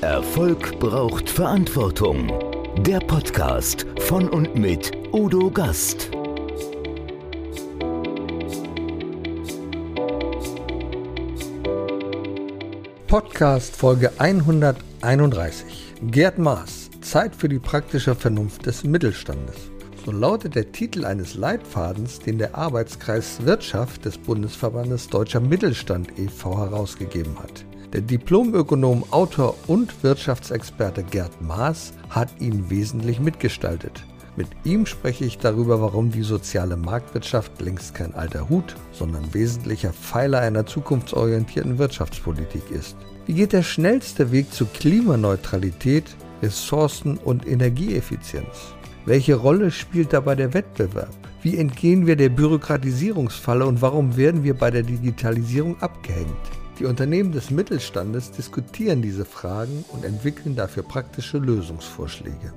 Erfolg braucht Verantwortung. Der Podcast von und mit Udo Gast. Podcast Folge 131. Gerd Maas. Zeit für die praktische Vernunft des Mittelstandes. So lautet der Titel eines Leitfadens, den der Arbeitskreis Wirtschaft des Bundesverbandes Deutscher Mittelstand e.V. herausgegeben hat. Der Diplomökonom, Autor und Wirtschaftsexperte Gerd Maas hat ihn wesentlich mitgestaltet. Mit ihm spreche ich darüber, warum die soziale Marktwirtschaft längst kein alter Hut, sondern wesentlicher Pfeiler einer zukunftsorientierten Wirtschaftspolitik ist. Wie geht der schnellste Weg zu Klimaneutralität, Ressourcen- und Energieeffizienz? Welche Rolle spielt dabei der Wettbewerb? Wie entgehen wir der Bürokratisierungsfalle und warum werden wir bei der Digitalisierung abgehängt? Die Unternehmen des Mittelstandes diskutieren diese Fragen und entwickeln dafür praktische Lösungsvorschläge.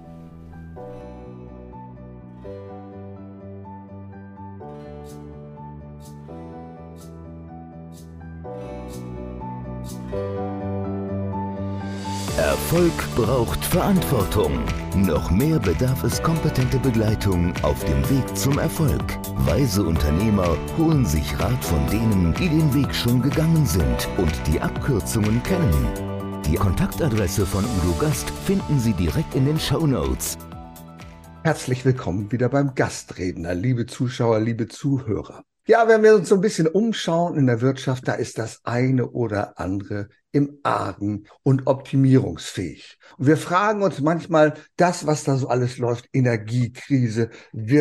Erfolg braucht Verantwortung. Noch mehr bedarf es kompetente Begleitung auf dem Weg zum Erfolg. Weise Unternehmer holen sich Rat von denen, die den Weg schon gegangen sind und die Abkürzungen kennen. Die Kontaktadresse von Udo Gast finden Sie direkt in den Shownotes. Herzlich willkommen wieder beim Gastredner, liebe Zuschauer, liebe Zuhörer. Ja, wenn wir uns so ein bisschen umschauen in der Wirtschaft, da ist das eine oder andere im Argen und optimierungsfähig. Und wir fragen uns manchmal, das, was da so alles läuft, Energiekrise,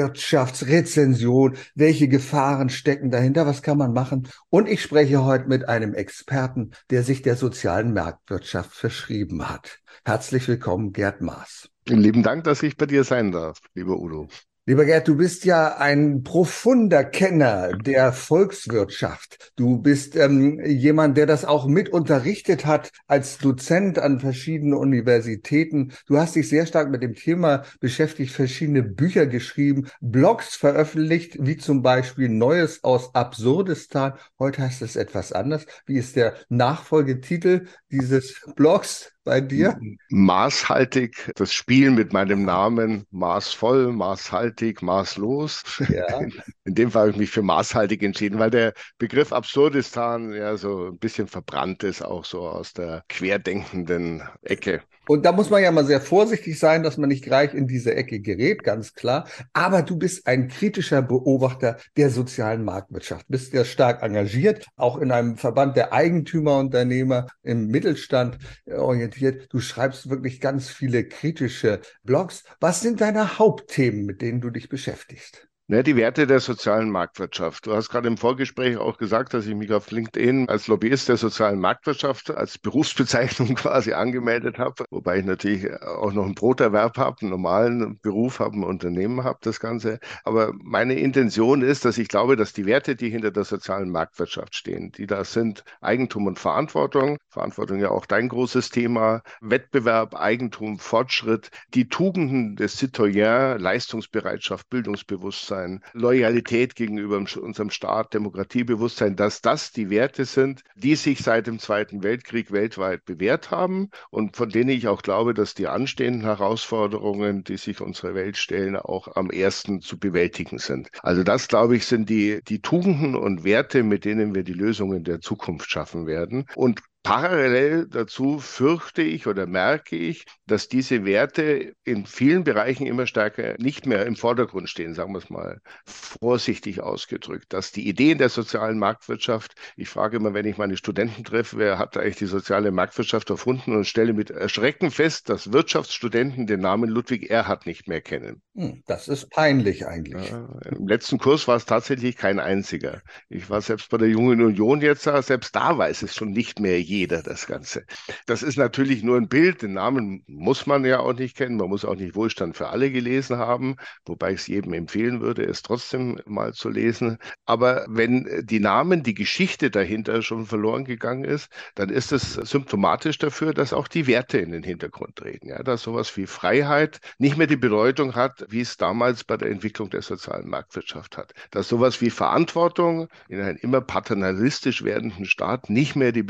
Wirtschaftsrezension, welche Gefahren stecken dahinter, was kann man machen? Und ich spreche heute mit einem Experten, der sich der sozialen Marktwirtschaft verschrieben hat. Herzlich willkommen, Gerd Maas. Lieben Dank, dass ich bei dir sein darf, lieber Udo. Lieber Gerd, du bist ja ein profunder Kenner der Volkswirtschaft. Du bist jemand, der das auch mit unterrichtet hat als Dozent an verschiedenen Universitäten. Du hast dich sehr stark mit dem Thema beschäftigt, verschiedene Bücher geschrieben, Blogs veröffentlicht, wie zum Beispiel Neues aus Absurdistan. Heute heißt es etwas anders. Wie ist der Nachfolgetitel dieses Blogs bei dir? Maßhaltig, das Spiel mit meinem Namen, maßvoll, maßhaltig, maßlos. Ja. In dem Fall habe ich mich für maßhaltig entschieden, weil der Begriff Absurdistan ja so ein bisschen verbrannt ist, auch so aus der querdenkenden Ecke. Und da muss man ja mal sehr vorsichtig sein, dass man nicht gleich in diese Ecke gerät, ganz klar. Aber du bist ein kritischer Beobachter der sozialen Marktwirtschaft, bist ja stark engagiert, auch in einem Verband der Eigentümerunternehmer im Mittelstand orientiert. Du schreibst wirklich ganz viele kritische Blogs. Was sind deine Hauptthemen, mit denen du dich beschäftigst? Die Werte der sozialen Marktwirtschaft. Du hast gerade im Vorgespräch auch gesagt, dass ich mich auf LinkedIn als Lobbyist der sozialen Marktwirtschaft als Berufsbezeichnung quasi angemeldet habe, wobei ich natürlich auch noch einen Broterwerb habe, einen normalen Beruf habe, ein Unternehmen habe, das Ganze. Aber meine Intention ist, dass ich glaube, dass die Werte, die hinter der sozialen Marktwirtschaft stehen, die da sind Eigentum und Verantwortung, Verantwortung ja auch dein großes Thema, Wettbewerb, Eigentum, Fortschritt, die Tugenden des Citoyen, Leistungsbereitschaft, Bildungsbewusstsein, Loyalität gegenüber unserem Staat, Demokratiebewusstsein, dass das die Werte sind, die sich seit dem Zweiten Weltkrieg weltweit bewährt haben und von denen ich auch glaube, dass die anstehenden Herausforderungen, die sich unsere Welt stellen, auch am ersten zu bewältigen sind. Also das, glaube ich, sind die Tugenden und Werte, mit denen wir die Lösungen der Zukunft schaffen werden. Und parallel dazu fürchte ich oder merke ich, dass diese Werte in vielen Bereichen immer stärker nicht mehr im Vordergrund stehen, sagen wir es mal vorsichtig ausgedrückt, dass die Ideen der sozialen Marktwirtschaft, ich frage immer, wenn ich meine Studenten treffe, wer hat eigentlich die soziale Marktwirtschaft erfunden und stelle mit Erschrecken fest, dass Wirtschaftsstudenten den Namen Ludwig Erhard nicht mehr kennen. Das ist peinlich eigentlich. Ja, im letzten Kurs war es tatsächlich kein einziger. Ich war selbst bei der Jungen Union jetzt da, selbst da weiß es schon nicht mehr jeder, das Ganze. Das ist natürlich nur ein Bild, den Namen muss man ja auch nicht kennen, man muss auch nicht Wohlstand für alle gelesen haben, wobei ich es jedem empfehlen würde, es trotzdem mal zu lesen. Aber wenn die Namen, die Geschichte dahinter schon verloren gegangen ist, dann ist es symptomatisch dafür, dass auch die Werte in den Hintergrund treten. Ja, dass sowas wie Freiheit nicht mehr die Bedeutung hat, wie es damals bei der Entwicklung der sozialen Marktwirtschaft hat. Dass sowas wie Verantwortung in einem immer paternalistisch werdenden Staat nicht mehr die Bedeutung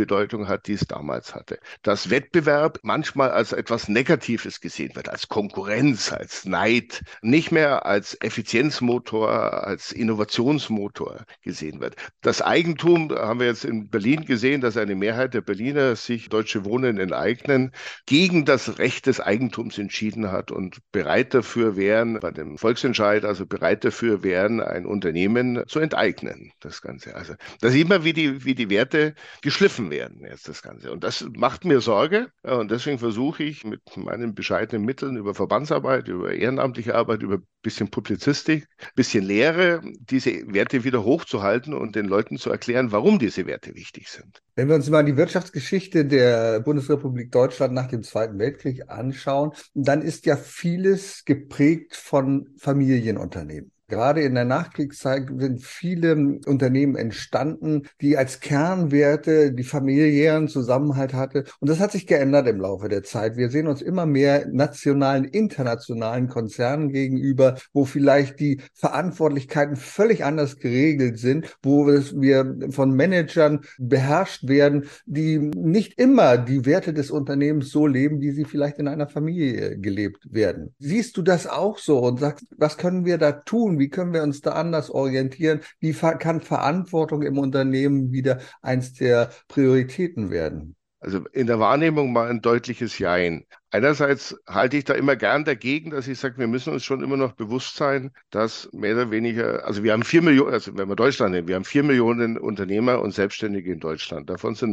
hat, die es damals hatte. Dass Wettbewerb manchmal als etwas Negatives gesehen wird, als Konkurrenz, als Neid, nicht mehr als Effizienzmotor, als Innovationsmotor gesehen wird. Das Eigentum haben wir jetzt in Berlin gesehen, dass eine Mehrheit der Berliner sich Deutsche Wohnen enteignen, gegen das Recht des Eigentums entschieden hat und bereit dafür wären, bei dem Volksentscheid, also bereit dafür wären, ein Unternehmen zu enteignen, das Ganze. Also da sieht man, wie die Werte geschliffen werden, jetzt das Ganze. Und das macht mir Sorge. Und deswegen versuche ich mit meinen bescheidenen Mitteln über Verbandsarbeit, über ehrenamtliche Arbeit, über ein bisschen Publizistik, ein bisschen Lehre, diese Werte wieder hochzuhalten und den Leuten zu erklären, warum diese Werte wichtig sind. Wenn wir uns mal die Wirtschaftsgeschichte der Bundesrepublik Deutschland nach dem Zweiten Weltkrieg anschauen, dann ist ja vieles geprägt von Familienunternehmen. Gerade in der Nachkriegszeit sind viele Unternehmen entstanden, die als Kernwerte die familiären Zusammenhalt hatte. Und das hat sich geändert im Laufe der Zeit. Wir sehen uns immer mehr nationalen, internationalen Konzernen gegenüber, wo vielleicht die Verantwortlichkeiten völlig anders geregelt sind, wo wir von Managern beherrscht werden, die nicht immer die Werte des Unternehmens so leben, wie sie vielleicht in einer Familie gelebt werden. Siehst du das auch so und sagst, was können wir da tun? Wie können wir uns da anders orientieren? Wie kann Verantwortung im Unternehmen wieder eins der Prioritäten werden? Also in der Wahrnehmung mal ein deutliches Jein. Einerseits halte ich da immer gern dagegen, dass ich sage, wir müssen uns schon immer noch bewusst sein, dass mehr oder weniger, also wir haben 4 Millionen, also wenn wir Deutschland nehmen, wir haben 4 Millionen Unternehmer und Selbstständige in Deutschland. Davon sind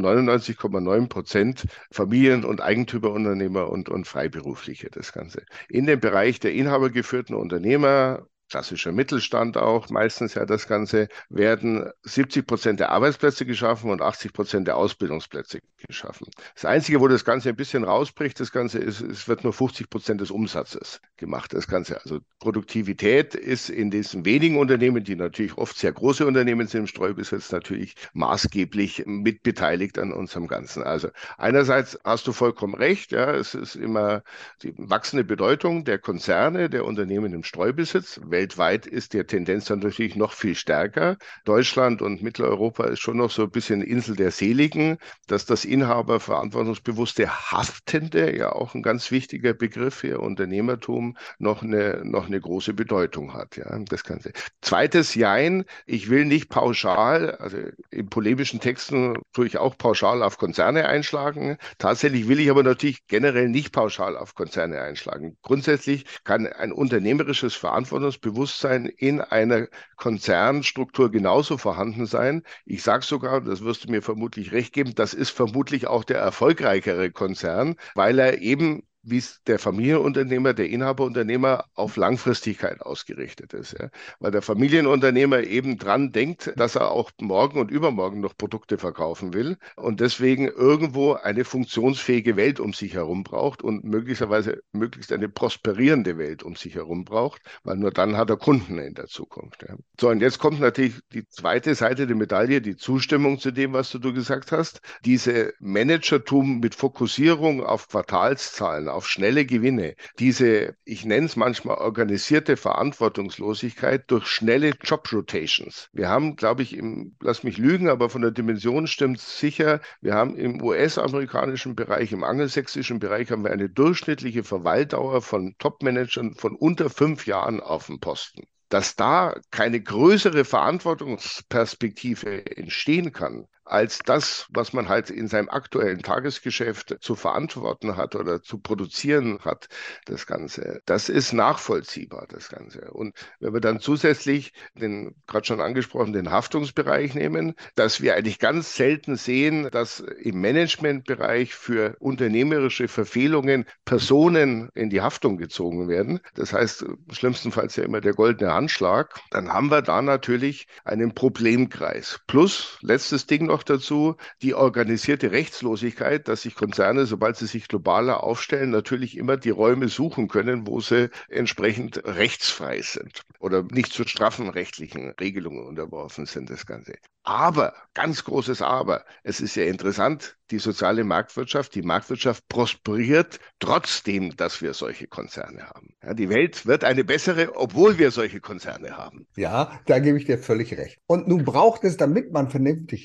99,9% Familien- und Eigentümerunternehmer und Freiberufliche, das Ganze. In dem Bereich der inhabergeführten Unternehmer, klassischer Mittelstand auch, meistens ja das Ganze, werden 70% der Arbeitsplätze geschaffen und 80% der Ausbildungsplätze geschaffen. Das Einzige, wo das Ganze ein bisschen rausbricht, das Ganze ist, es wird nur 50% des Umsatzes gemacht, das Ganze. Also Produktivität ist in diesen wenigen Unternehmen, die natürlich oft sehr große Unternehmen sind im Streubesitz, natürlich maßgeblich mitbeteiligt an unserem Ganzen. Also einerseits hast du vollkommen recht, ja, es ist immer die wachsende Bedeutung der Konzerne, der Unternehmen im Streubesitz. Weltweit ist die Tendenz dann natürlich noch viel stärker. Deutschland und Mitteleuropa ist schon noch so ein bisschen Insel der Seligen, dass das Inhaber verantwortungsbewusste Haftende, ja auch ein ganz wichtiger Begriff hier, Unternehmertum, noch eine große Bedeutung hat. Ja, das Ganze. Zweites Jein, ich will nicht pauschal, also in polemischen Texten tue ich auch pauschal auf Konzerne einschlagen. Tatsächlich will ich aber natürlich generell nicht pauschal auf Konzerne einschlagen. Grundsätzlich kann ein unternehmerisches Verantwortungsbewusstsein in einer Konzernstruktur genauso vorhanden sein. Ich sage sogar, das wirst du mir vermutlich recht geben, das ist vermutlich auch der erfolgreichere Konzern, weil er eben wie es der Familienunternehmer, der Inhaberunternehmer auf Langfristigkeit ausgerichtet ist. Ja. Weil der Familienunternehmer eben dran denkt, dass er auch morgen und übermorgen noch Produkte verkaufen will und deswegen irgendwo eine funktionsfähige Welt um sich herum braucht und möglichst eine prosperierende Welt um sich herum braucht, weil nur dann hat er Kunden in der Zukunft. Ja. So, und jetzt kommt natürlich die zweite Seite der Medaille, die Zustimmung zu dem, was du gesagt hast. Diese Managertum mit Fokussierung auf Quartalszahlen, auf schnelle Gewinne, diese, ich nenne es manchmal organisierte Verantwortungslosigkeit durch schnelle Job-Rotations. Wir haben, glaube ich, lass mich lügen, aber von der Dimension stimmt es sicher, wir haben im US-amerikanischen Bereich, im angelsächsischen Bereich haben wir eine durchschnittliche Verweildauer von Top-Managern von unter 5 Jahren auf dem Posten. Dass da keine größere Verantwortungsperspektive entstehen kann, als das, was man halt in seinem aktuellen Tagesgeschäft zu verantworten hat oder zu produzieren hat, das Ganze. Das ist nachvollziehbar, das Ganze. Und wenn wir dann zusätzlich gerade schon angesprochen, den Haftungsbereich nehmen, dass wir eigentlich ganz selten sehen, dass im Managementbereich für unternehmerische Verfehlungen Personen in die Haftung gezogen werden. Das heißt, schlimmstenfalls ja immer der goldene Handschlag. Dann haben wir da natürlich einen Problemkreis. Plus, letztes Ding noch dazu, die organisierte Rechtslosigkeit, dass sich Konzerne, sobald sie sich globaler aufstellen, natürlich immer die Räume suchen können, wo sie entsprechend rechtsfrei sind oder nicht zu straffen rechtlichen Regelungen unterworfen sind, das Ganze. Aber, ganz großes Aber, es ist ja interessant, die soziale Marktwirtschaft, die Marktwirtschaft prosperiert trotzdem, dass wir solche Konzerne haben. Ja, die Welt wird eine bessere, obwohl wir solche Konzerne haben. Ja, da gebe ich dir völlig recht. Und nun braucht es, damit man vernünftig wirtschaften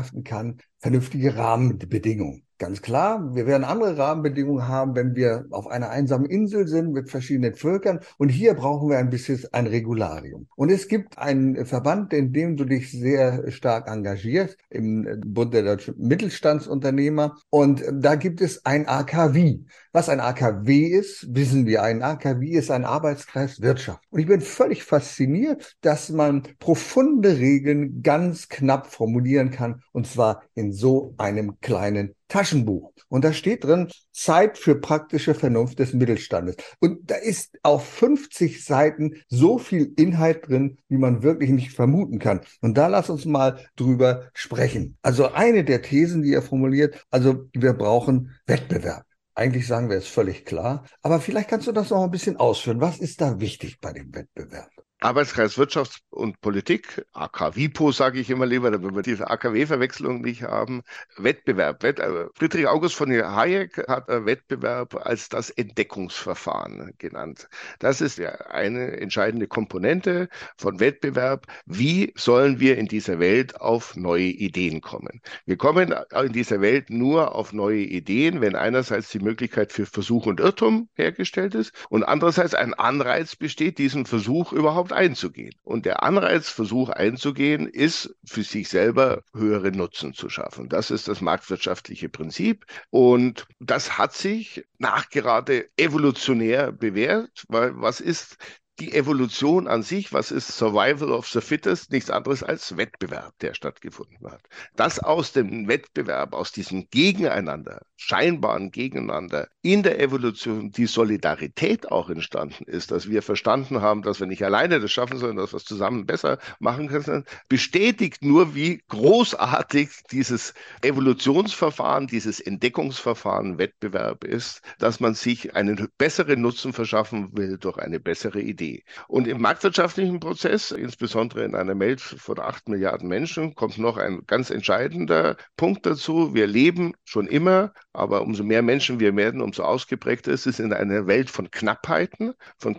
erwirtschaften kann, vernünftige Rahmenbedingungen. Ganz klar, wir werden andere Rahmenbedingungen haben, wenn wir auf einer einsamen Insel sind mit verschiedenen Völkern. Und hier brauchen wir ein bisschen ein Regularium. Und es gibt einen Verband, in dem du dich sehr stark engagierst, im Bund der deutschen Mittelstandsunternehmer. Und da gibt es ein AKW. Was ein AKW ist, wissen wir. Ein AKW ist ein Arbeitskreis Wirtschaft. Und ich bin völlig fasziniert, dass man profunde Regeln ganz knapp formulieren kann, und zwar in so einem kleinen Taschenbuch. Und da steht drin, Zeit für praktische Vernunft des Mittelstandes. Und da ist auf 50 Seiten so viel Inhalt drin, wie man wirklich nicht vermuten kann. Und da lass uns mal drüber sprechen. Also eine der Thesen, die er formuliert, also wir brauchen Wettbewerb. Eigentlich sagen wir es völlig klar, aber vielleicht kannst du das noch ein bisschen ausführen. Was ist da wichtig bei dem Wettbewerb? Arbeitskreis Wirtschaft und Politik, AKWIPO sage ich immer lieber, damit wir diese AKW-Verwechslung nicht haben. Wettbewerb. Friedrich August von Hayek hat Wettbewerb als das Entdeckungsverfahren genannt. Das ist ja eine entscheidende Komponente von Wettbewerb. Wie sollen wir in dieser Welt auf neue Ideen kommen? Wir kommen in dieser Welt nur auf neue Ideen, wenn einerseits die Möglichkeit für Versuch und Irrtum hergestellt ist und andererseits ein Anreiz besteht, diesen Versuch überhaupt einzugehen. Und der Anreiz, Versuch einzugehen, ist für sich selber höhere Nutzen zu schaffen. Das ist das marktwirtschaftliche Prinzip. Und das hat sich nachgerade evolutionär bewährt, weil was ist die Evolution an sich, was ist Survival of the Fittest? Nichts anderes als Wettbewerb, der stattgefunden hat. Dass aus dem Wettbewerb, aus diesem Gegeneinander, scheinbaren Gegeneinander in der Evolution die Solidarität auch entstanden ist, dass wir verstanden haben, dass wir nicht alleine das schaffen, sondern dass wir es zusammen besser machen können, bestätigt nur, wie großartig dieses Evolutionsverfahren, dieses Entdeckungsverfahren Wettbewerb ist, dass man sich einen besseren Nutzen verschaffen will durch eine bessere Idee. Und im marktwirtschaftlichen Prozess, insbesondere in einer Welt von 8 Milliarden Menschen, kommt noch ein ganz entscheidender Punkt dazu. Wir leben schon immer, aber umso mehr Menschen wir werden, umso ausgeprägter ist es in einer Welt von Knappheiten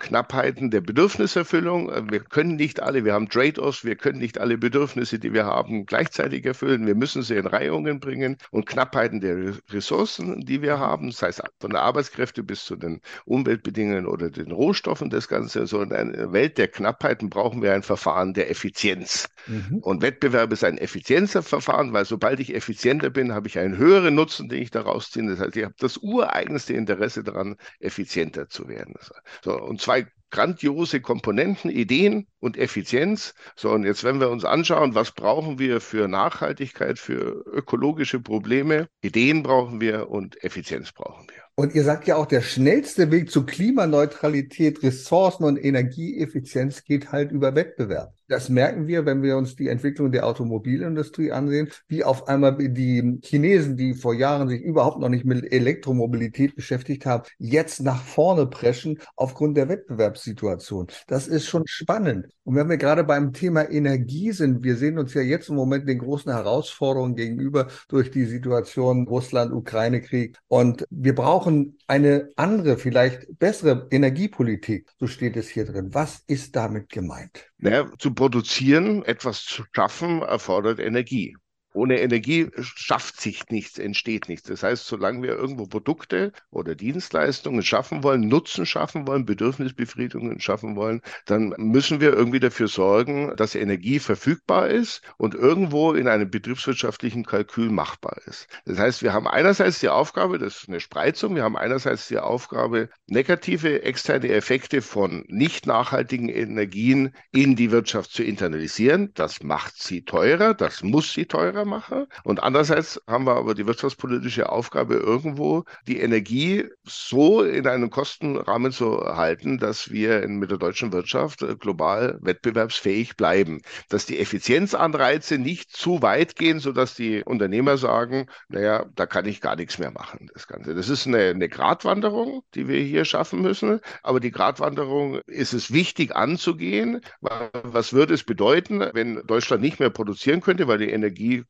der Bedürfniserfüllung. Wir können nicht alle, wir haben Trade-offs, wir können nicht alle Bedürfnisse, die wir haben, gleichzeitig erfüllen. Wir müssen sie in Reihungen bringen und Knappheiten der Ressourcen, die wir haben, sei es von der Arbeitskräfte bis zu den Umweltbedingungen oder den Rohstoffen, das Ganze. So in einer Welt der Knappheiten brauchen wir ein Verfahren der Effizienz. Und Wettbewerb ist ein Effizienzverfahren, weil sobald ich effizienter bin, habe ich einen höheren Nutzen, den ich daraus ziehe. Das heißt, ich habe das ureigenste Interesse daran, effizienter zu werden. So, und zwei grandiose Komponenten, Ideen und Effizienz. So, und jetzt, wenn wir uns anschauen, was brauchen wir für Nachhaltigkeit, für ökologische Probleme? Ideen brauchen wir und Effizienz brauchen wir. Und ihr sagt ja auch, der schnellste Weg zu Klimaneutralität, Ressourcen- und Energieeffizienz geht halt über Wettbewerb. Das merken wir, wenn wir uns die Entwicklung der Automobilindustrie ansehen, wie auf einmal die Chinesen, die vor Jahren sich überhaupt noch nicht mit Elektromobilität beschäftigt haben, jetzt nach vorne preschen aufgrund der Wettbewerbssituation. Das ist schon spannend. Und wenn wir gerade beim Thema Energie sind, wir sehen uns ja jetzt im Moment den großen Herausforderungen gegenüber durch die Situation Russland-Ukraine-Krieg. Und wir brauchen eine andere, vielleicht bessere Energiepolitik. So steht es hier drin. Was ist damit gemeint? Naja, zu produzieren, etwas zu schaffen, erfordert Energie. Ohne Energie schafft sich nichts, entsteht nichts. Das heißt, solange wir irgendwo Produkte oder Dienstleistungen schaffen wollen, Nutzen schaffen wollen, Bedürfnisbefriedigungen schaffen wollen, dann müssen wir irgendwie dafür sorgen, dass Energie verfügbar ist und irgendwo in einem betriebswirtschaftlichen Kalkül machbar ist. Das heißt, wir haben einerseits die Aufgabe, das ist eine Spreizung, wir haben einerseits die Aufgabe, negative externe Effekte von nicht nachhaltigen Energien in die Wirtschaft zu internalisieren. Das macht sie teurer, das muss sie teurer mache. Und andererseits haben wir aber die wirtschaftspolitische Aufgabe, irgendwo die Energie so in einem Kostenrahmen zu halten, dass wir mit der deutschen Wirtschaft global wettbewerbsfähig bleiben. Dass die Effizienzanreize nicht zu weit gehen, sodass die Unternehmer sagen, naja, da kann ich gar nichts mehr machen, das Ganze. Das ist eine Gratwanderung, die wir hier schaffen müssen. Aber die Gratwanderung ist es wichtig anzugehen. Was würde es bedeuten, wenn Deutschland nicht mehr produzieren könnte, weil die Energie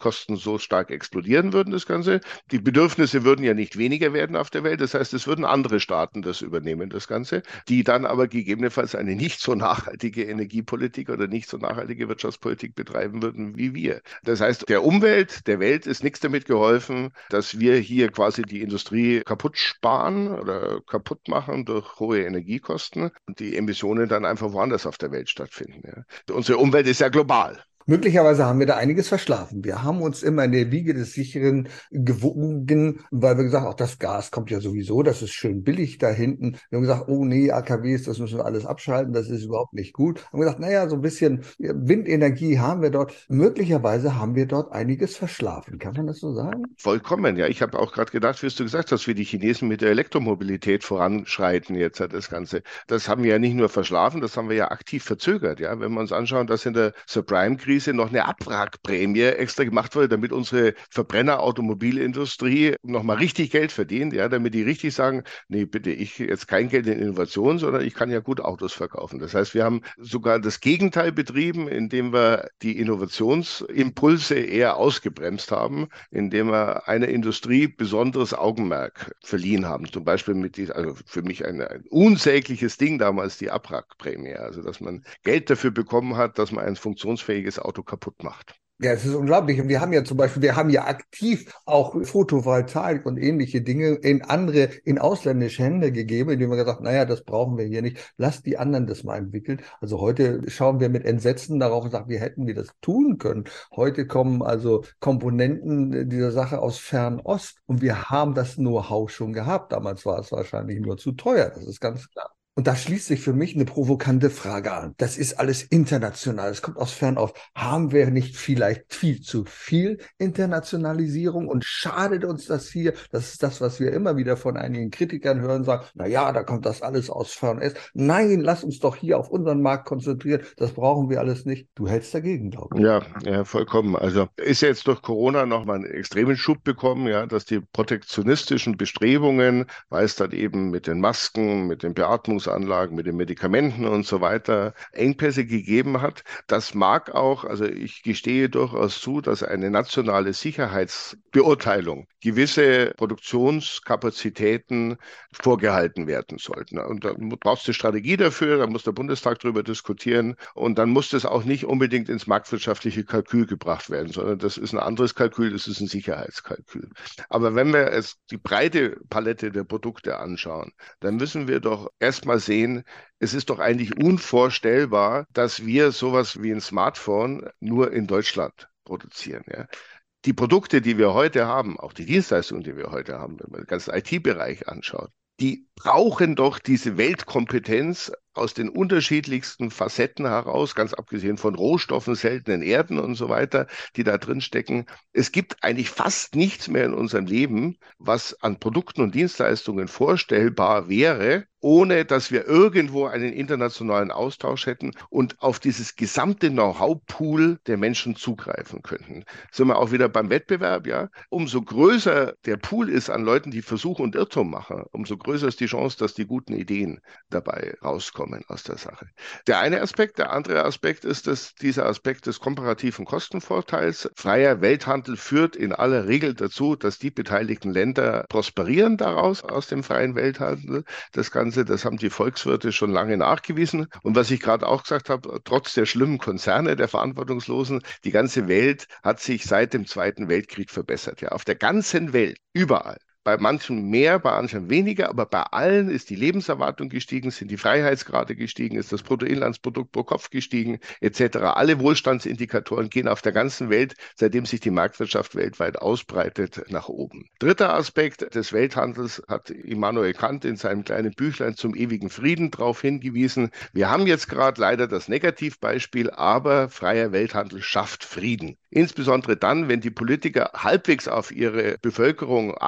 Kosten so stark explodieren würden, das Ganze. Die Bedürfnisse würden ja nicht weniger werden auf der Welt. Das heißt, es würden andere Staaten das übernehmen, das Ganze, die dann aber gegebenenfalls eine nicht so nachhaltige Energiepolitik oder nicht so nachhaltige Wirtschaftspolitik betreiben würden wie wir. Das heißt, der Umwelt, der Welt ist nichts damit geholfen, dass wir hier quasi die Industrie kaputt sparen oder kaputt machen durch hohe Energiekosten und die Emissionen dann einfach woanders auf der Welt stattfinden. Ja. Unsere Umwelt ist ja global. Möglicherweise haben wir da einiges verschlafen. Wir haben uns immer in der Wiege des Sicheren gewogen, weil wir gesagt haben, auch das Gas kommt ja sowieso, das ist schön billig da hinten. Wir haben gesagt, oh nee, AKWs, das müssen wir alles abschalten, das ist überhaupt nicht gut. Wir haben gesagt, naja, so ein bisschen Windenergie haben wir dort. Möglicherweise haben wir dort einiges verschlafen. Kann man das so sagen? Vollkommen, ja. Ich habe auch gerade gedacht, wie du gesagt hast, wie die Chinesen mit der Elektromobilität voranschreiten jetzt hat das Ganze. Das haben wir ja nicht nur verschlafen, das haben wir ja aktiv verzögert. Ja, wenn wir uns anschauen, dass in der Subprime-Krise noch eine Abwrackprämie extra gemacht wurde, damit unsere Verbrenner-Automobilindustrie nochmal richtig Geld verdient, ja, damit die richtig sagen, nee, bitte, ich jetzt kein Geld in Innovation, sondern ich kann ja gut Autos verkaufen. Das heißt, wir haben sogar das Gegenteil betrieben, indem wir die Innovationsimpulse eher ausgebremst haben, indem wir einer Industrie besonderes Augenmerk verliehen haben. Zum Beispiel also für mich ein unsägliches Ding damals, die Abwrackprämie, also dass man Geld dafür bekommen hat, dass man ein funktionsfähiges Auto kaputt macht. Ja, es ist unglaublich. Und wir haben ja zum Beispiel, wir haben ja aktiv auch Photovoltaik und ähnliche Dinge in ausländische Hände gegeben, indem wir gesagt haben, naja, das brauchen wir hier nicht. Lasst die anderen das mal entwickeln. Also heute schauen wir mit Entsetzen darauf und sagen, wie hätten wir das tun können? Heute kommen also Komponenten dieser Sache aus Fernost und wir haben das Know-how schon gehabt. Damals war es wahrscheinlich nur zu teuer. Das ist ganz klar. Und da schließt sich für mich eine provokante Frage an. Das ist alles international. Es kommt aus Fernost. Haben wir nicht vielleicht viel zu viel Internationalisierung und schadet uns das hier? Das ist das, was wir immer wieder von einigen Kritikern hören, sagen, na ja, da kommt das alles aus Fernost. Nein, lass uns doch hier auf unseren Markt konzentrieren. Das brauchen wir alles nicht. Du hältst dagegen, glaube ich. Ja, vollkommen. Also ist jetzt durch Corona nochmal einen extremen Schub bekommen, ja, dass die protektionistischen Bestrebungen, weil es dann eben mit den Masken, mit den Beatmungs Anlagen, mit den Medikamenten und so weiter Engpässe gegeben hat. Das mag auch, also ich gestehe durchaus zu, dass eine nationale Sicherheitsbeurteilung gewisse Produktionskapazitäten vorgehalten werden sollten. Und da brauchst du eine Strategie dafür, da muss der Bundestag darüber diskutieren und dann muss das auch nicht unbedingt ins marktwirtschaftliche Kalkül gebracht werden, sondern das ist ein anderes Kalkül, das ist ein Sicherheitskalkül. Aber wenn wir jetzt die breite Palette der Produkte anschauen, dann müssen wir doch erstmal sehen, es ist doch eigentlich unvorstellbar, dass wir sowas wie ein Smartphone nur in Deutschland produzieren. Ja. Die Produkte, die wir heute haben, auch die Dienstleistungen, die wir heute haben, wenn man den ganzen IT-Bereich anschaut, die brauchen doch diese Weltkompetenz aus den unterschiedlichsten Facetten heraus, ganz abgesehen von Rohstoffen, seltenen Erden und so weiter, die da drin stecken. Es gibt eigentlich fast nichts mehr in unserem Leben, was an Produkten und Dienstleistungen vorstellbar wäre, ohne dass wir irgendwo einen internationalen Austausch hätten und auf dieses gesamte Know-how-Pool der Menschen zugreifen könnten. Sind wir auch wieder beim Wettbewerb, ja? Umso größer der Pool ist an Leuten, die Versuch und Irrtum machen, umso größer ist die Chance, dass die guten Ideen dabei rauskommen aus der Sache. Der eine Aspekt, der andere Aspekt ist, dass dieser Aspekt des komparativen Kostenvorteils. Freier Welthandel führt in aller Regel dazu, dass die beteiligten Länder prosperieren daraus, aus dem freien Welthandel. Das Ganze, das haben die Volkswirte schon lange nachgewiesen. Und was ich gerade auch gesagt habe, trotz der schlimmen Konzerne, der Verantwortungslosen, die ganze Welt hat sich seit dem Zweiten Weltkrieg verbessert. Ja, auf der ganzen Welt, überall. Bei manchen mehr, bei manchen weniger, aber bei allen ist die Lebenserwartung gestiegen, sind die Freiheitsgrade gestiegen, ist das Bruttoinlandsprodukt pro Kopf gestiegen, etc. Alle Wohlstandsindikatoren gehen auf der ganzen Welt, seitdem sich die Marktwirtschaft weltweit ausbreitet, nach oben. Dritter Aspekt des Welthandels hat Immanuel Kant in seinem kleinen Büchlein zum ewigen Frieden darauf hingewiesen. Wir haben jetzt gerade leider das Negativbeispiel, aber freier Welthandel schafft Frieden. Insbesondere dann, wenn die Politiker halbwegs auf ihre Bevölkerung Acht geben,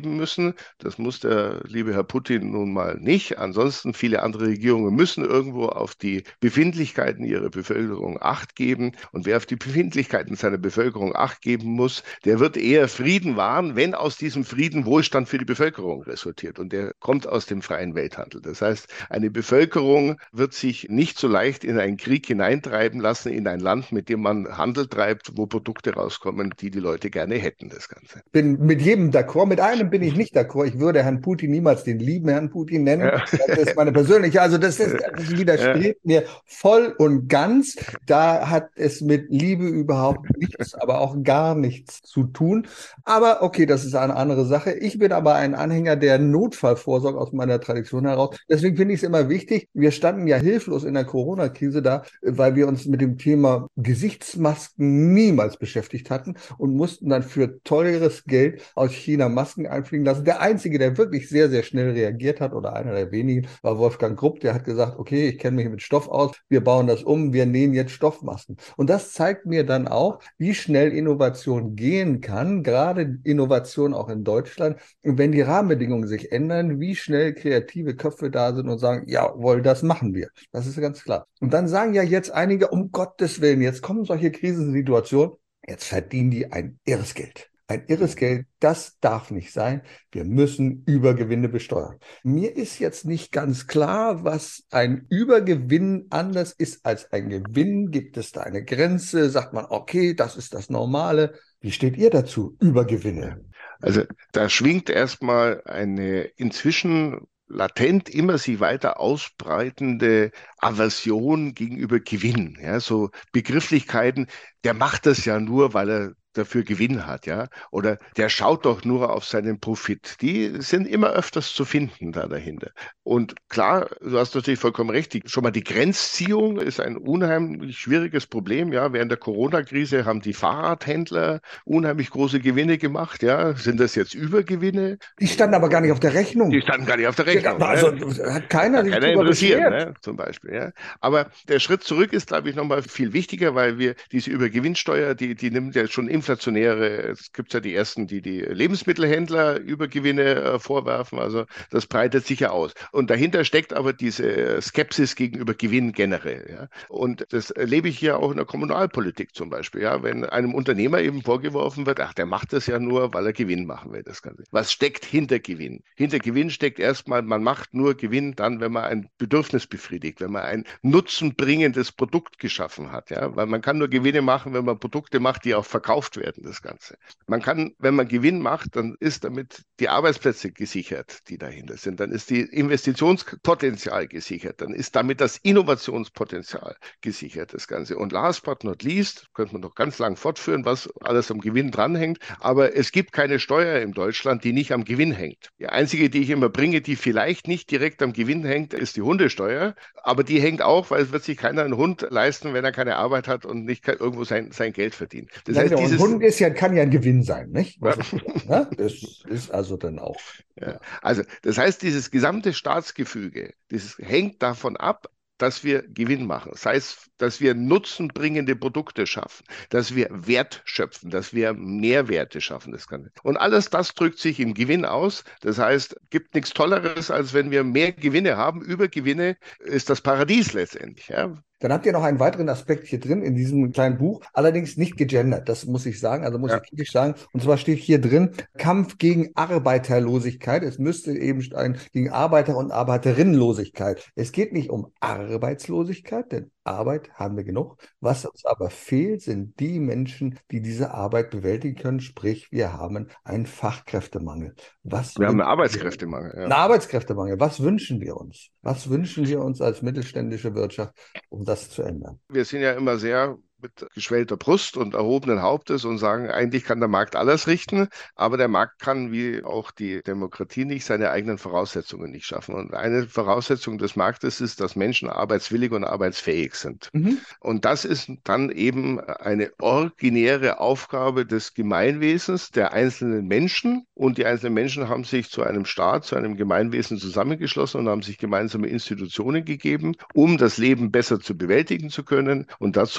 geben müssen. Das muss der liebe Herr Putin nun mal nicht. Ansonsten viele andere Regierungen müssen irgendwo auf die Befindlichkeiten ihrer Bevölkerung Acht geben. Und wer auf die Befindlichkeiten seiner Bevölkerung Acht geben muss, der wird eher Frieden wahren, wenn aus diesem Frieden Wohlstand für die Bevölkerung resultiert. Und der kommt aus dem freien Welthandel. Das heißt, eine Bevölkerung wird sich nicht so leicht in einen Krieg hineintreiben lassen, in ein Land, mit dem man Handel treibt, wo Produkte rauskommen, die die Leute gerne hätten, das Ganze. Bin mit jedem d'accord, mit einem bin ich nicht d'accord. Ich würde Herrn Putin niemals den lieben Herrn Putin nennen. Ja. Das ist meine persönliche, also das widerstrebt mir voll und ganz. Da hat es mit Liebe überhaupt nichts, aber auch gar nichts zu tun. Aber okay, das ist eine andere Sache. Ich bin aber ein Anhänger der Notfallvorsorge aus meiner Tradition heraus. Deswegen finde ich es immer wichtig. Wir standen ja hilflos in der Corona-Krise da, weil wir uns mit dem Thema Gesichtsmasken niemals beschäftigt hatten und mussten dann für teures Geld aus China Masken einfliegen lassen. Der Einzige, der wirklich sehr, sehr schnell reagiert hat, oder einer der wenigen, war Wolfgang Grupp. Der hat gesagt, okay, ich kenne mich mit Stoff aus, wir bauen das um, wir nähen jetzt Stoffmasken. Und das zeigt mir dann auch, wie schnell Innovation gehen kann, gerade Innovation auch in Deutschland. Und wenn die Rahmenbedingungen sich ändern, wie schnell kreative Köpfe da sind und sagen, jawohl, das machen wir. Das ist ganz klar. Und dann sagen ja jetzt einige, um Gottes Willen, jetzt kommen solche Krisensituationen, jetzt verdienen die ein irres Geld. Ein irres Geld, das darf nicht sein. Wir müssen Übergewinne besteuern. Mir ist jetzt nicht ganz klar, was ein Übergewinn anders ist als ein Gewinn. Gibt es da eine Grenze? Sagt man, okay, das ist das Normale. Wie steht ihr dazu? Übergewinne. Also da schwingt erstmal eine inzwischen latent immer sich weiter ausbreitende Aversion gegenüber Gewinn. Ja, so Begrifflichkeiten, der macht das ja nur, weil er dafür Gewinn hat, ja, oder der schaut doch nur auf seinen Profit. Die sind immer öfters zu finden da dahinter. Und klar, du hast natürlich vollkommen recht, schon mal die Grenzziehung ist ein unheimlich schwieriges Problem, ja. Während der Corona-Krise haben die Fahrradhändler unheimlich große Gewinne gemacht, ja. Sind das jetzt Übergewinne? Die standen aber gar nicht auf der Rechnung. Die standen gar nicht auf der Rechnung. Also hat keiner sich darüber interessiert, beschwert. ne, zum Beispiel, ja. Aber der Schritt zurück ist, glaube ich, nochmal viel wichtiger, weil wir diese Übergewinnsteuer, die nimmt ja schon inflationäre, es gibt ja die ersten, die Lebensmittelhändler Übergewinne vorwerfen, also das breitet sich ja aus. Und dahinter steckt aber diese Skepsis gegenüber Gewinn generell, ja. Und das erlebe ich hier auch in der Kommunalpolitik zum Beispiel, ja. Wenn einem Unternehmer eben vorgeworfen wird, ach, der macht das ja nur, weil er Gewinn machen will, das Ganze. Was steckt hinter Gewinn? Hinter Gewinn steckt erstmal, man macht nur Gewinn dann, wenn man ein Bedürfnis befriedigt, wenn man ein nutzenbringendes Produkt geschaffen hat, ja. Weil man kann nur Gewinne machen, wenn man Produkte macht, die auch verkauft werden, das Ganze. Man kann, wenn man Gewinn macht, dann ist damit die Arbeitsplätze gesichert, die dahinter sind. Dann ist die Investitionspotenzial gesichert. Dann ist damit das Innovationspotenzial gesichert, das Ganze. Und last but not least, könnte man noch ganz lang fortführen, was alles am Gewinn dranhängt. Aber es gibt keine Steuer in Deutschland, die nicht am Gewinn hängt. Die einzige, die ich immer bringe, die vielleicht nicht direkt am Gewinn hängt, ist die Hundesteuer. Aber die hängt auch, weil es wird sich keiner einen Hund leisten, wenn er keine Arbeit hat und nicht irgendwo sein Geld verdient. Das heißt, ein Hund kann ja ein Gewinn sein, nicht? Ja. Das ist also dann auch. Ja. Also, das heißt, dieses gesamte Staatsgefüge, das hängt davon ab, dass wir Gewinn machen. Das heißt, dass wir nutzenbringende Produkte schaffen, dass wir Wert schöpfen, dass wir Mehrwerte schaffen. Das kann. Und alles das drückt sich im Gewinn aus. Das heißt, gibt nichts Tolleres, als wenn wir mehr Gewinne haben. Übergewinne ist das Paradies letztendlich. Ja. Dann habt ihr noch einen weiteren Aspekt hier drin in diesem kleinen Buch, allerdings nicht gegendert, das muss ich sagen, also muss ich kritisch sagen. Und zwar steht hier drin, Kampf gegen Arbeiterlosigkeit. Es müsste eben stehen gegen Arbeiter- und Arbeiterinnenlosigkeit. Es geht nicht um Arbeitslosigkeit, denn Arbeit haben wir genug. Was uns aber fehlt, sind die Menschen, die diese Arbeit bewältigen können. Sprich, wir haben einen Fachkräftemangel. Wir haben einen Arbeitskräftemangel. Ja. Einen Arbeitskräftemangel. Was wünschen wir uns? Was wünschen wir uns als mittelständische Wirtschaft, um das zu ändern? Wir sind ja immer sehr mit geschwellter Brust und erhobenen Hauptes und sagen, eigentlich kann der Markt alles richten, aber der Markt kann, wie auch die Demokratie nicht, seine eigenen Voraussetzungen nicht schaffen. Und eine Voraussetzung des Marktes ist, dass Menschen arbeitswillig und arbeitsfähig sind. Mhm. Und das ist dann eben eine originäre Aufgabe des Gemeinwesens, der einzelnen Menschen. Und die einzelnen Menschen haben sich zu einem Staat, zu einem Gemeinwesen zusammengeschlossen und haben sich gemeinsame Institutionen gegeben, um das Leben besser zu bewältigen zu können. Und dazu gehört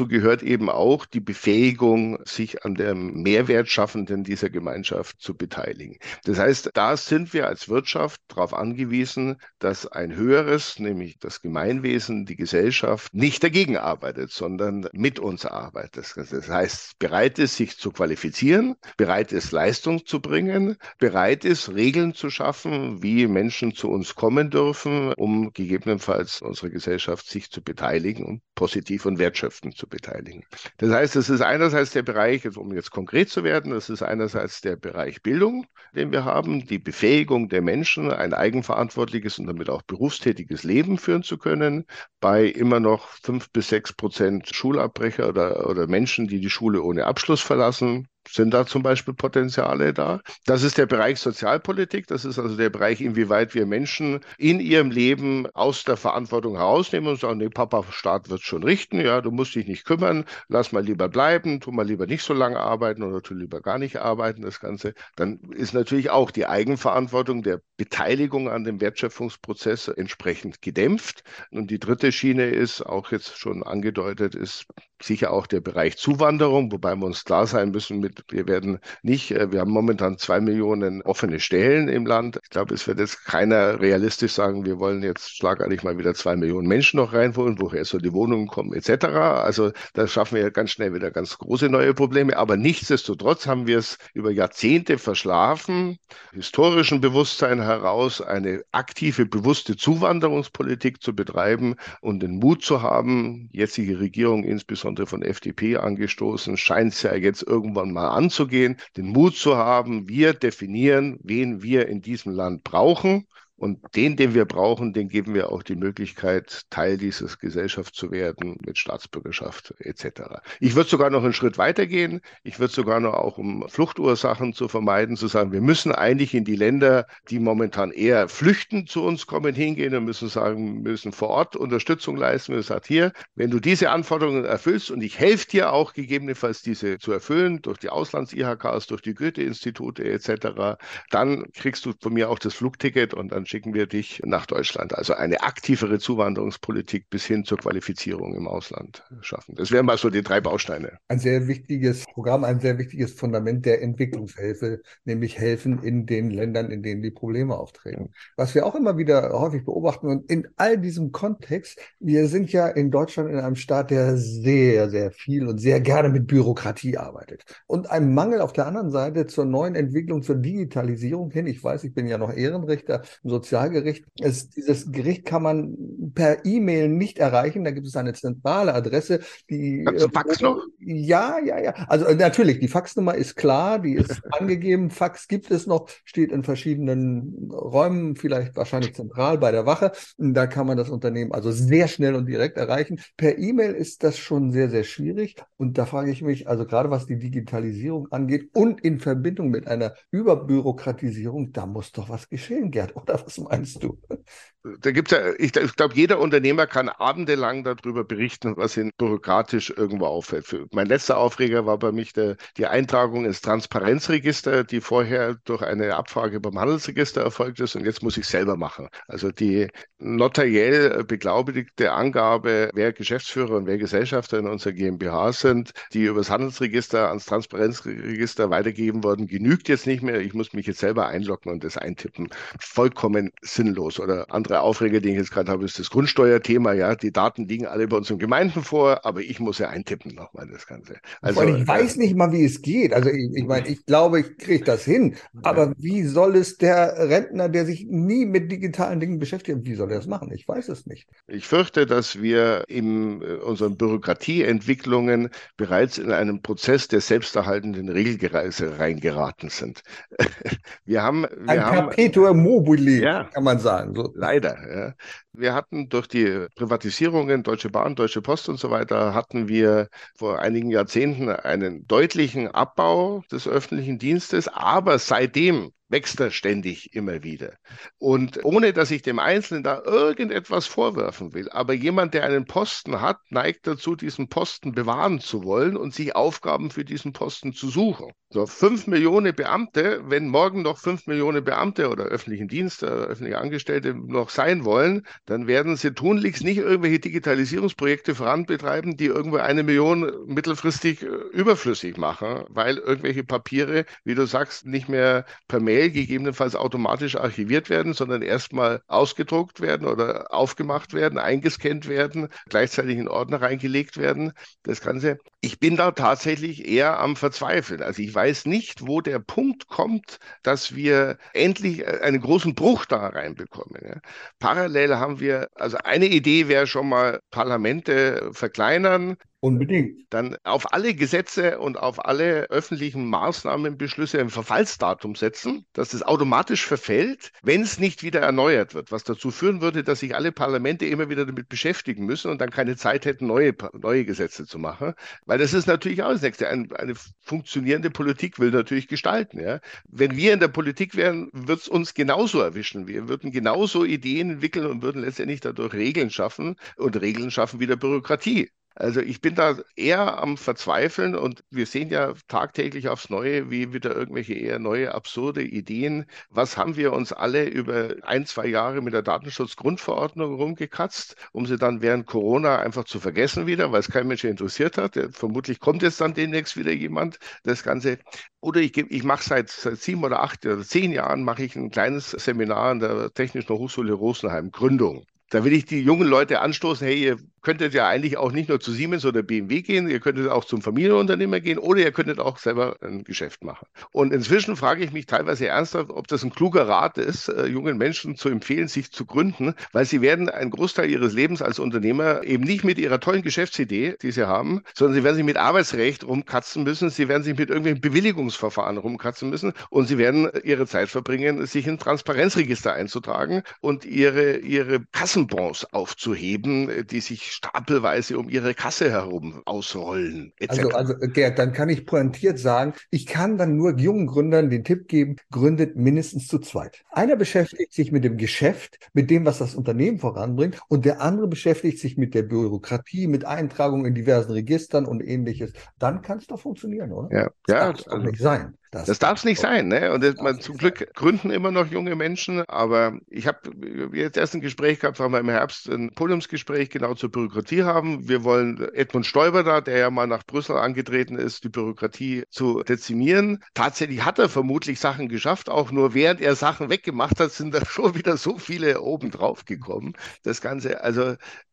eben auch die Befähigung, sich an dem Mehrwertschaffenden dieser Gemeinschaft zu beteiligen. Das heißt, da sind wir als Wirtschaft darauf angewiesen, dass ein höheres, nämlich das Gemeinwesen, die Gesellschaft, nicht dagegen arbeitet, sondern mit uns arbeitet. Das heißt, bereit ist, sich zu qualifizieren, bereit ist, Leistung zu bringen, bereit ist, Regeln zu schaffen, wie Menschen zu uns kommen dürfen, um gegebenenfalls unsere Gesellschaft sich zu beteiligen und positiv und wertschöpfend zu beteiligen. Das heißt, es ist einerseits der Bereich, um jetzt konkret zu werden, das ist einerseits der Bereich Bildung, den wir haben, die Befähigung der Menschen, ein eigenverantwortliches und damit auch berufstätiges Leben führen zu können, bei immer noch 5-6% Schulabbrecher oder Menschen, die die Schule ohne Abschluss verlassen. Sind da zum Beispiel Potenziale da? Das ist der Bereich Sozialpolitik. Das ist also der Bereich, inwieweit wir Menschen in ihrem Leben aus der Verantwortung herausnehmen und sagen, nee, Papa, Staat wird schon richten. Ja, du musst dich nicht kümmern. Lass mal lieber bleiben. Tu mal lieber nicht so lange arbeiten oder tu lieber gar nicht arbeiten, das Ganze. Dann ist natürlich auch die Eigenverantwortung der Beteiligung an dem Wertschöpfungsprozess entsprechend gedämpft. Und die dritte Schiene ist, auch jetzt schon angedeutet, ist sicher auch der Bereich Zuwanderung, wobei wir uns klar sein müssen, wir haben momentan 2 Millionen offene Stellen im Land. Ich glaube, es wird jetzt keiner realistisch sagen, wir wollen jetzt schlagartig mal wieder 2 Millionen Menschen noch reinholen, woher soll die Wohnungen kommen, etc. Also da schaffen wir ganz schnell wieder ganz große neue Probleme. Aber nichtsdestotrotz haben wir es über Jahrzehnte verschlafen, historischen Bewusstsein heraus eine aktive, bewusste Zuwanderungspolitik zu betreiben und den Mut zu haben, jetzige Regierung insbesondere von FDP angestoßen, scheint es ja jetzt irgendwann mal anzugehen, den Mut zu haben, wir definieren, wen wir in diesem Land brauchen. Und den wir brauchen, den geben wir auch die Möglichkeit, Teil dieses Gesellschaft zu werden mit Staatsbürgerschaft etc. Ich würde sogar noch einen Schritt weitergehen. Ich würde sogar noch auch, um Fluchtursachen zu vermeiden, zu sagen, wir müssen eigentlich in die Länder, die momentan eher flüchten, zu uns kommen, hingehen und müssen sagen, wir müssen vor Ort Unterstützung leisten. Wir sagen, hier, wenn du diese Anforderungen erfüllst und ich helfe dir auch gegebenenfalls diese zu erfüllen, durch die Auslands-IHKs, durch die Goethe-Institute etc., dann kriegst du von mir auch das Flugticket und dann schicken wir dich nach Deutschland. Also eine aktivere Zuwanderungspolitik bis hin zur Qualifizierung im Ausland schaffen. Das wären mal so die 3 Bausteine. Ein sehr wichtiges Programm, ein sehr wichtiges Fundament der Entwicklungshilfe, nämlich helfen in den Ländern, in denen die Probleme auftreten. Was wir auch immer wieder häufig beobachten und in all diesem Kontext, wir sind ja in Deutschland in einem Staat, der sehr, sehr viel und sehr gerne mit Bürokratie arbeitet. Und ein Mangel auf der anderen Seite zur neuen Entwicklung, zur Digitalisierung hin. Ich weiß, ich bin ja noch Ehrenrichter im Sozialgericht. Dieses Gericht kann man per E-Mail nicht erreichen. Da gibt es eine zentrale Adresse, die. Kannst du Fax noch? Ja. Also natürlich, die Faxnummer ist klar, die ist angegeben. Fax gibt es noch, steht in verschiedenen Räumen, vielleicht wahrscheinlich zentral bei der Wache. Da kann man das Unternehmen also sehr schnell und direkt erreichen. Per E-Mail ist das schon sehr, sehr schwierig. Und da frage ich mich, also gerade was die Digitalisierung angeht und in Verbindung mit einer Überbürokratisierung, da muss doch was geschehen, Gerd, oder was meinst du? Da gibt's ja, ich glaube, jeder Unternehmer kann abendelang darüber berichten, was ihn bürokratisch irgendwo auffällt. Mein letzter Aufreger war bei mich die Eintragung ins Transparenzregister, die vorher durch eine Abfrage beim Handelsregister erfolgt ist und jetzt muss ich selber machen. Also die notariell beglaubigte Angabe, wer Geschäftsführer und wer Gesellschafter in unserer GmbH sind, die übers Handelsregister ans Transparenzregister weitergegeben worden, genügt jetzt nicht mehr. Ich muss mich jetzt selber einloggen und das eintippen. Vollkommen sinnlos. Oder andere Aufreger, die ich jetzt gerade habe, ist das Grundsteuerthema. Ja, die Daten liegen alle bei uns in Gemeinden vor, aber ich muss ja eintippen nochmal das Ganze. Also, ich weiß nicht mal, wie es geht. Also ich meine, ich glaube, ich kriege das hin. Aber wie soll es der Rentner, der sich nie mit digitalen Dingen beschäftigt, wie soll er das machen? Ich weiß es nicht. Ich fürchte, dass wir in unseren Bürokratieentwicklungen bereits in einen Prozess der selbsterhaltenden Regelgereise reingeraten sind. Ein Perpetuum mobile, ja, kann man sagen. So. Leider, ja. Wir hatten durch die Privatisierungen, Deutsche Bahn, Deutsche Post und so weiter, hatten wir vor einigen Jahrzehnten einen deutlichen Abbau des öffentlichen Dienstes. Aber seitdem wächst er ständig immer wieder. Und ohne, dass ich dem Einzelnen da irgendetwas vorwerfen will, aber jemand, der einen Posten hat, neigt dazu, diesen Posten bewahren zu wollen und sich Aufgaben für diesen Posten zu suchen. So 5 Millionen Beamte, wenn morgen noch 5 Millionen Beamte oder öffentlichen Dienst, öffentliche Angestellte noch sein wollen, dann werden sie tunlichst nicht irgendwelche Digitalisierungsprojekte voranbetreiben, die irgendwo 1 Million mittelfristig überflüssig machen, weil irgendwelche Papiere, wie du sagst, nicht mehr per Mail gegebenenfalls automatisch archiviert werden, sondern erstmal ausgedruckt werden oder aufgemacht werden, eingescannt werden, gleichzeitig in Ordner reingelegt werden. Das Ganze. Ich bin da tatsächlich eher am Verzweifeln. Also ich weiß nicht, wo der Punkt kommt, dass wir endlich einen großen Bruch da reinbekommen. Ja. Parallel haben wir, also eine Idee wäre schon mal Parlamente verkleinern, Unbedingt. dann auf alle Gesetze und auf alle öffentlichen Maßnahmenbeschlüsse ein Verfallsdatum setzen, dass es automatisch verfällt, wenn es nicht wieder erneuert wird, was dazu führen würde, dass sich alle Parlamente immer wieder damit beschäftigen müssen und dann keine Zeit hätten, neue Gesetze zu machen. Weil das ist natürlich auch das Nächste. Eine funktionierende Politik will natürlich gestalten. Ja. Wenn wir in der Politik wären, wird es uns genauso erwischen. Wir würden genauso Ideen entwickeln und würden letztendlich dadurch Regeln schaffen und Regeln schaffen wieder Bürokratie. Also ich bin da eher am Verzweifeln und wir sehen ja tagtäglich aufs Neue, wie wieder irgendwelche eher neue, absurde Ideen. Was haben wir uns alle über 1, 2 Jahre mit der Datenschutzgrundverordnung rumgekratzt, um sie dann während Corona einfach zu vergessen wieder, weil es kein Mensch interessiert hat. Vermutlich kommt jetzt dann demnächst wieder jemand, das Ganze. Oder ich mache seit 7 oder 8 oder 10 Jahren mache ich ein kleines Seminar an der Technischen Hochschule Rosenheim, Gründung. Da will ich die jungen Leute anstoßen, hey, ihr könntet ja eigentlich auch nicht nur zu Siemens oder BMW gehen, ihr könntet auch zum Familienunternehmer gehen oder ihr könntet auch selber ein Geschäft machen. Und inzwischen frage ich mich teilweise ernsthaft, ob das ein kluger Rat ist, jungen Menschen zu empfehlen, sich zu gründen, weil sie werden einen Großteil ihres Lebens als Unternehmer eben nicht mit ihrer tollen Geschäftsidee, die sie haben, sondern sie werden sich mit Arbeitsrecht rumkatzen müssen, sie werden sich mit irgendwelchen Bewilligungsverfahren rumkatzen müssen und sie werden ihre Zeit verbringen, sich in Transparenzregister einzutragen und ihre Kassenbons aufzuheben, die sich stapelweise um ihre Kasse herum ausrollen, etc. Also Gerd, dann kann ich pointiert sagen, ich kann dann nur jungen Gründern den Tipp geben, gründet mindestens zu zweit. Einer beschäftigt sich mit dem Geschäft, mit dem, was das Unternehmen voranbringt, und der andere beschäftigt sich mit der Bürokratie, mit Eintragung in diversen Registern und ähnliches. Dann kann es doch funktionieren, oder? Ja, Das ja, darf es doch nicht sein. Das darf es nicht sein, ne? Und zum Glück gründen immer noch junge Menschen. Aber ich habe jetzt erst ein Gespräch gehabt, weil wir im Herbst ein Podiumsgespräch genau zur Bürokratie haben. Wir wollen Edmund Stoiber da, der ja mal nach Brüssel angetreten ist, die Bürokratie zu dezimieren. Tatsächlich hat er vermutlich Sachen geschafft, auch nur während er Sachen weggemacht hat, sind da schon wieder so viele oben drauf gekommen. Das Ganze, also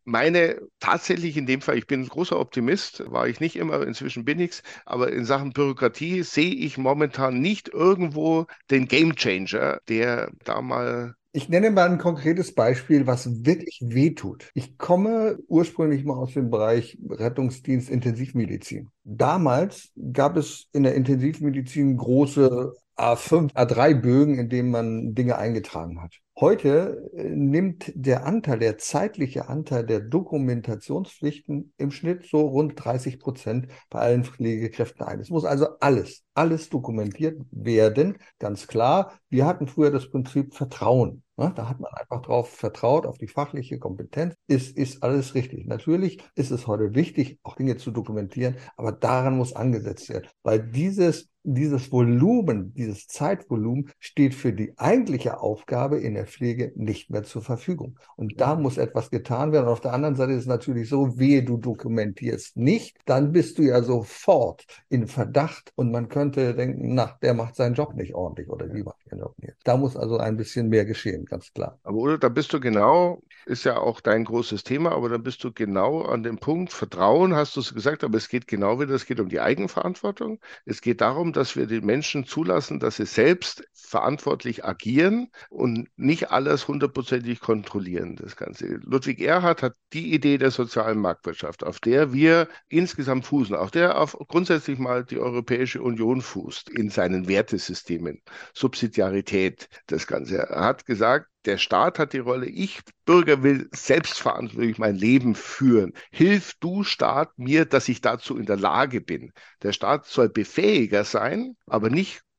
tatsächlich in dem Fall, ich bin ein großer Optimist, war ich nicht immer, inzwischen bin ich's, aber in Sachen Bürokratie sehe ich momentan nicht irgendwo den Gamechanger, der da mal. Ich nenne mal ein konkretes Beispiel, was wirklich wehtut. Ich komme ursprünglich mal aus dem Bereich Rettungsdienst Intensivmedizin. Damals gab es in der Intensivmedizin große A5, A3-Bögen, in denen man Dinge eingetragen hat. Heute nimmt der zeitliche Anteil der Dokumentationspflichten im Schnitt so rund 30% bei allen Pflegekräften ein. Es muss also alles dokumentiert werden, ganz klar. Wir hatten früher das Prinzip Vertrauen. Ne? Da hat man einfach drauf vertraut, auf die fachliche Kompetenz. Ist alles richtig. Natürlich ist es heute wichtig, auch Dinge zu dokumentieren, aber daran muss angesetzt werden, weil dieses Volumen, dieses Zeitvolumen steht für die eigentliche Aufgabe in der Pflege nicht mehr zur Verfügung. Und da muss etwas getan werden. Und auf der anderen Seite ist es natürlich so, wehe du dokumentierst nicht, dann bist du ja sofort in Verdacht und man könnte denken, na, der macht seinen Job nicht ordentlich oder die macht ihren Job nicht. Da muss also ein bisschen mehr geschehen, ganz klar. Aber oder, da bist du genau, ist ja auch dein großes Thema, aber da bist du genau an dem Punkt, Vertrauen hast du es gesagt, aber es geht genau wieder, es geht um die Eigenverantwortung. Es geht darum, dass wir den Menschen zulassen, dass sie selbst verantwortlich agieren und nicht alles hundertprozentig kontrollieren, das Ganze. Ludwig Erhard hat die Idee der sozialen Marktwirtschaft, auf der wir insgesamt fußen, auf der grundsätzlich mal die Europäische Union fußt, in seinen Wertesystemen, Subsidiarität, das Ganze. Er hat gesagt, der Staat hat die Rolle, ich Bürger will selbstverantwortlich mein Leben führen. Hilf du Staat mir, dass ich dazu in der Lage bin. Der Staat soll Befähiger sein, aber nicht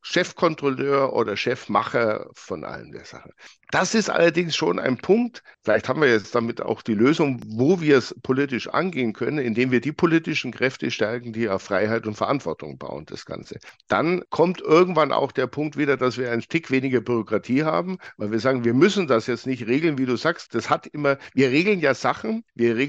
Chefkontrolleur oder Chefmacher von allen der Sachen. Das ist allerdings schon ein Punkt, vielleicht haben wir jetzt damit auch die Lösung, wo wir es politisch angehen können, indem wir die politischen Kräfte stärken, die auf Freiheit und Verantwortung bauen, das Ganze. Dann kommt irgendwann auch der Punkt wieder, dass wir einen Tick weniger Bürokratie haben, weil wir sagen, wir müssen das jetzt nicht regeln, wie du sagst, wir regeln ja Sachen,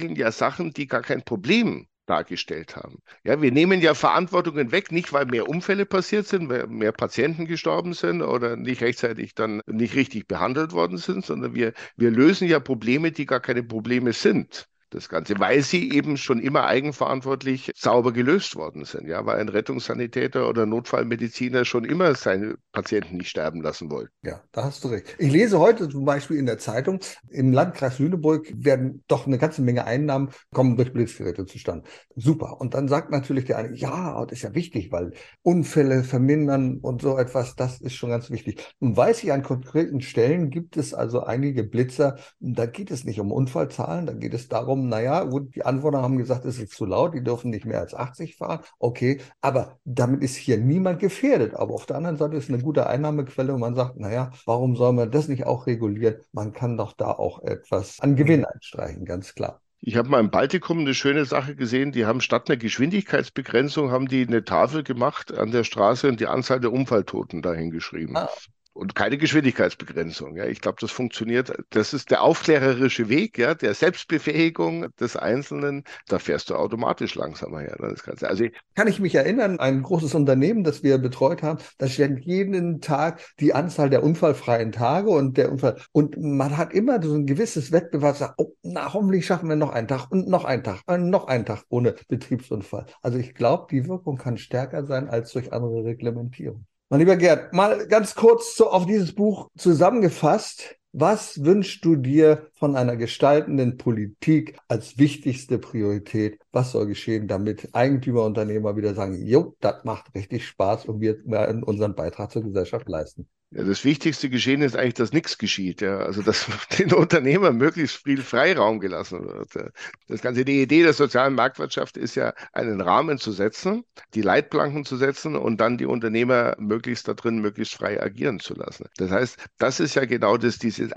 die gar kein Problem dargestellt haben. Ja, wir nehmen ja Verantwortungen weg, nicht weil mehr Unfälle passiert sind, weil mehr Patienten gestorben sind oder nicht rechtzeitig dann nicht richtig behandelt worden sind, sondern wir lösen ja Probleme, die gar keine Probleme sind. Das Ganze, weil sie eben schon immer eigenverantwortlich sauber gelöst worden sind. Ja, weil ein Rettungssanitäter oder Notfallmediziner schon immer seine Patienten nicht sterben lassen wollte. Ja, da hast du recht. Ich lese heute zum Beispiel in der Zeitung, im Landkreis Lüneburg werden doch eine ganze Menge Einnahmen kommen durch Blitzgeräte zustande. Super. Und dann sagt natürlich der eine, ja, das ist ja wichtig, weil Unfälle vermindern und so etwas, das ist schon ganz wichtig. Nun weiß ich, an konkreten Stellen gibt es also einige Blitzer, da geht es nicht um Unfallzahlen, da geht es darum, naja, gut, die Anwohner haben gesagt, es ist zu laut, die dürfen nicht mehr als 80 fahren. Okay, aber damit ist hier niemand gefährdet. Aber auf der anderen Seite ist eine gute Einnahmequelle und man sagt, naja, warum soll man das nicht auch regulieren? Man kann doch da auch etwas an Gewinn einstreichen, ganz klar. Ich habe mal im Baltikum eine schöne Sache gesehen, die haben statt einer Geschwindigkeitsbegrenzung, haben die eine Tafel gemacht an der Straße und die Anzahl der Unfalltoten dahin geschrieben. Und keine Geschwindigkeitsbegrenzung. Ja, ich glaube, das funktioniert. Das ist der aufklärerische Weg, ja, der Selbstbefähigung des Einzelnen. Da fährst du automatisch langsamer her. Das Ganze. Also kann ich mich erinnern, ein großes Unternehmen, das wir betreut haben, da stellt jeden Tag die Anzahl der unfallfreien Tage und der Unfall. Und man hat immer so ein gewisses Wettbewerb, sagt, oh, na, hoffentlich schaffen wir noch einen Tag und noch einen Tag und noch einen Tag ohne Betriebsunfall. Also ich glaube, die Wirkung kann stärker sein als durch andere Reglementierung. Mein lieber Gerd, mal ganz kurz so auf dieses Buch zusammengefasst. Was wünschst du dir von einer gestaltenden Politik als wichtigste Priorität? Was soll geschehen, damit Eigentümer, Unternehmer wieder sagen, jo, das macht richtig Spaß und wir werden unseren Beitrag zur Gesellschaft leisten? Ja, das wichtigste Geschehen ist eigentlich, dass nichts geschieht. Ja. Also, dass den Unternehmern möglichst viel Freiraum gelassen wird. Das Ganze, die Idee der sozialen Marktwirtschaft ist ja, einen Rahmen zu setzen, die Leitplanken zu setzen und dann die Unternehmer möglichst da drin möglichst frei agieren zu lassen. Das heißt, das ist ja genau das, diese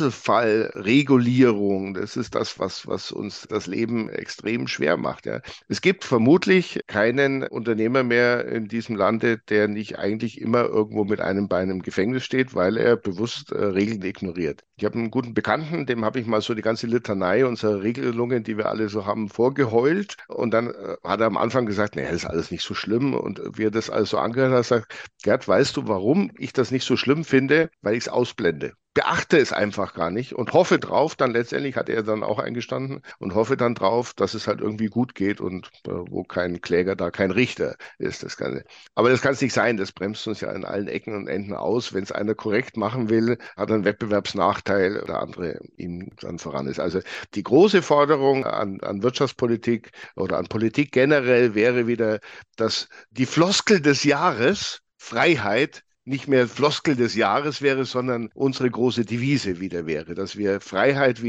Einzelfallregulierung, das ist das, was uns das Leben extrem schwer macht. Ja. Es gibt vermutlich keinen Unternehmer mehr in diesem Lande, der nicht eigentlich immer irgendwo mit einem Bein im Gefängnis steht, weil er bewusst Regeln ignoriert. Ich habe einen guten Bekannten, dem habe ich mal so die ganze Litanei unserer Regelungen, die wir alle so haben, vorgeheult. Und dann hat er am Anfang gesagt, nee, das ist alles nicht so schlimm. Und wie er das alles so angehört hat, sagt, Gerd, weißt du, warum ich das nicht so schlimm finde? Weil ich es ausblende. Beachte es einfach gar nicht und hoffe drauf, dann letztendlich hat er dann auch eingestanden und hoffe dann drauf, dass es halt irgendwie gut geht und wo kein Kläger, da kein Richter ist, das Ganze. Aber das kann es nicht sein, das bremst uns ja in allen Ecken und Enden aus. Wenn es einer korrekt machen will, hat er einen Wettbewerbsnachteil, der andere ihm dann voran ist. Also die große Forderung an Wirtschaftspolitik oder an Politik generell wäre wieder, dass die Floskel des Jahres, Freiheit, nicht mehr Floskel des Jahres wäre, sondern unsere große Devise wieder wäre, dass wir Freiheit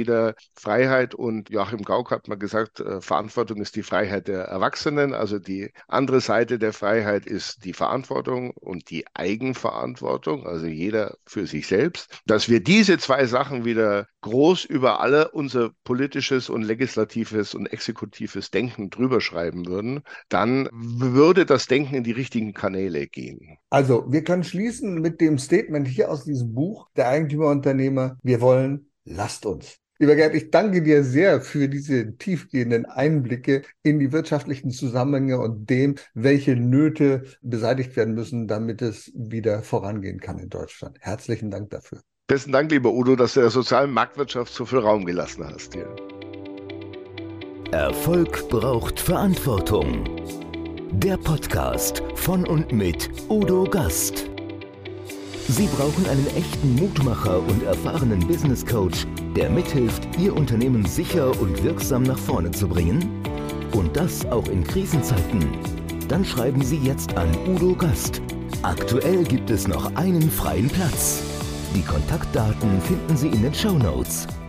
und Joachim Gauck hat mal gesagt, Verantwortung ist die Freiheit der Erwachsenen, also die andere Seite der Freiheit ist die Verantwortung und die Eigenverantwortung, also jeder für sich selbst, dass wir diese zwei Sachen wieder groß über alle unser politisches und legislatives und exekutives Denken drüber schreiben würden, dann würde das Denken in die richtigen Kanäle gehen. Also wir können schließen mit dem Statement hier aus diesem Buch, der Eigentümerunternehmer, wir wollen, lasst uns. Lieber Gerd, ich danke dir sehr für diese tiefgehenden Einblicke in die wirtschaftlichen Zusammenhänge und dem, welche Nöte beseitigt werden müssen, damit es wieder vorangehen kann in Deutschland. Herzlichen Dank dafür. Besten Dank, lieber Udo, dass du der sozialen Marktwirtschaft so viel Raum gelassen hast hier. Erfolg braucht Verantwortung. Der Podcast von und mit Udo Gast. Sie brauchen einen echten Mutmacher und erfahrenen Business Coach, der mithilft, Ihr Unternehmen sicher und wirksam nach vorne zu bringen? Und das auch in Krisenzeiten? Dann schreiben Sie jetzt an Udo Gast. Aktuell gibt es noch einen freien Platz. Die Kontaktdaten finden Sie in den Shownotes.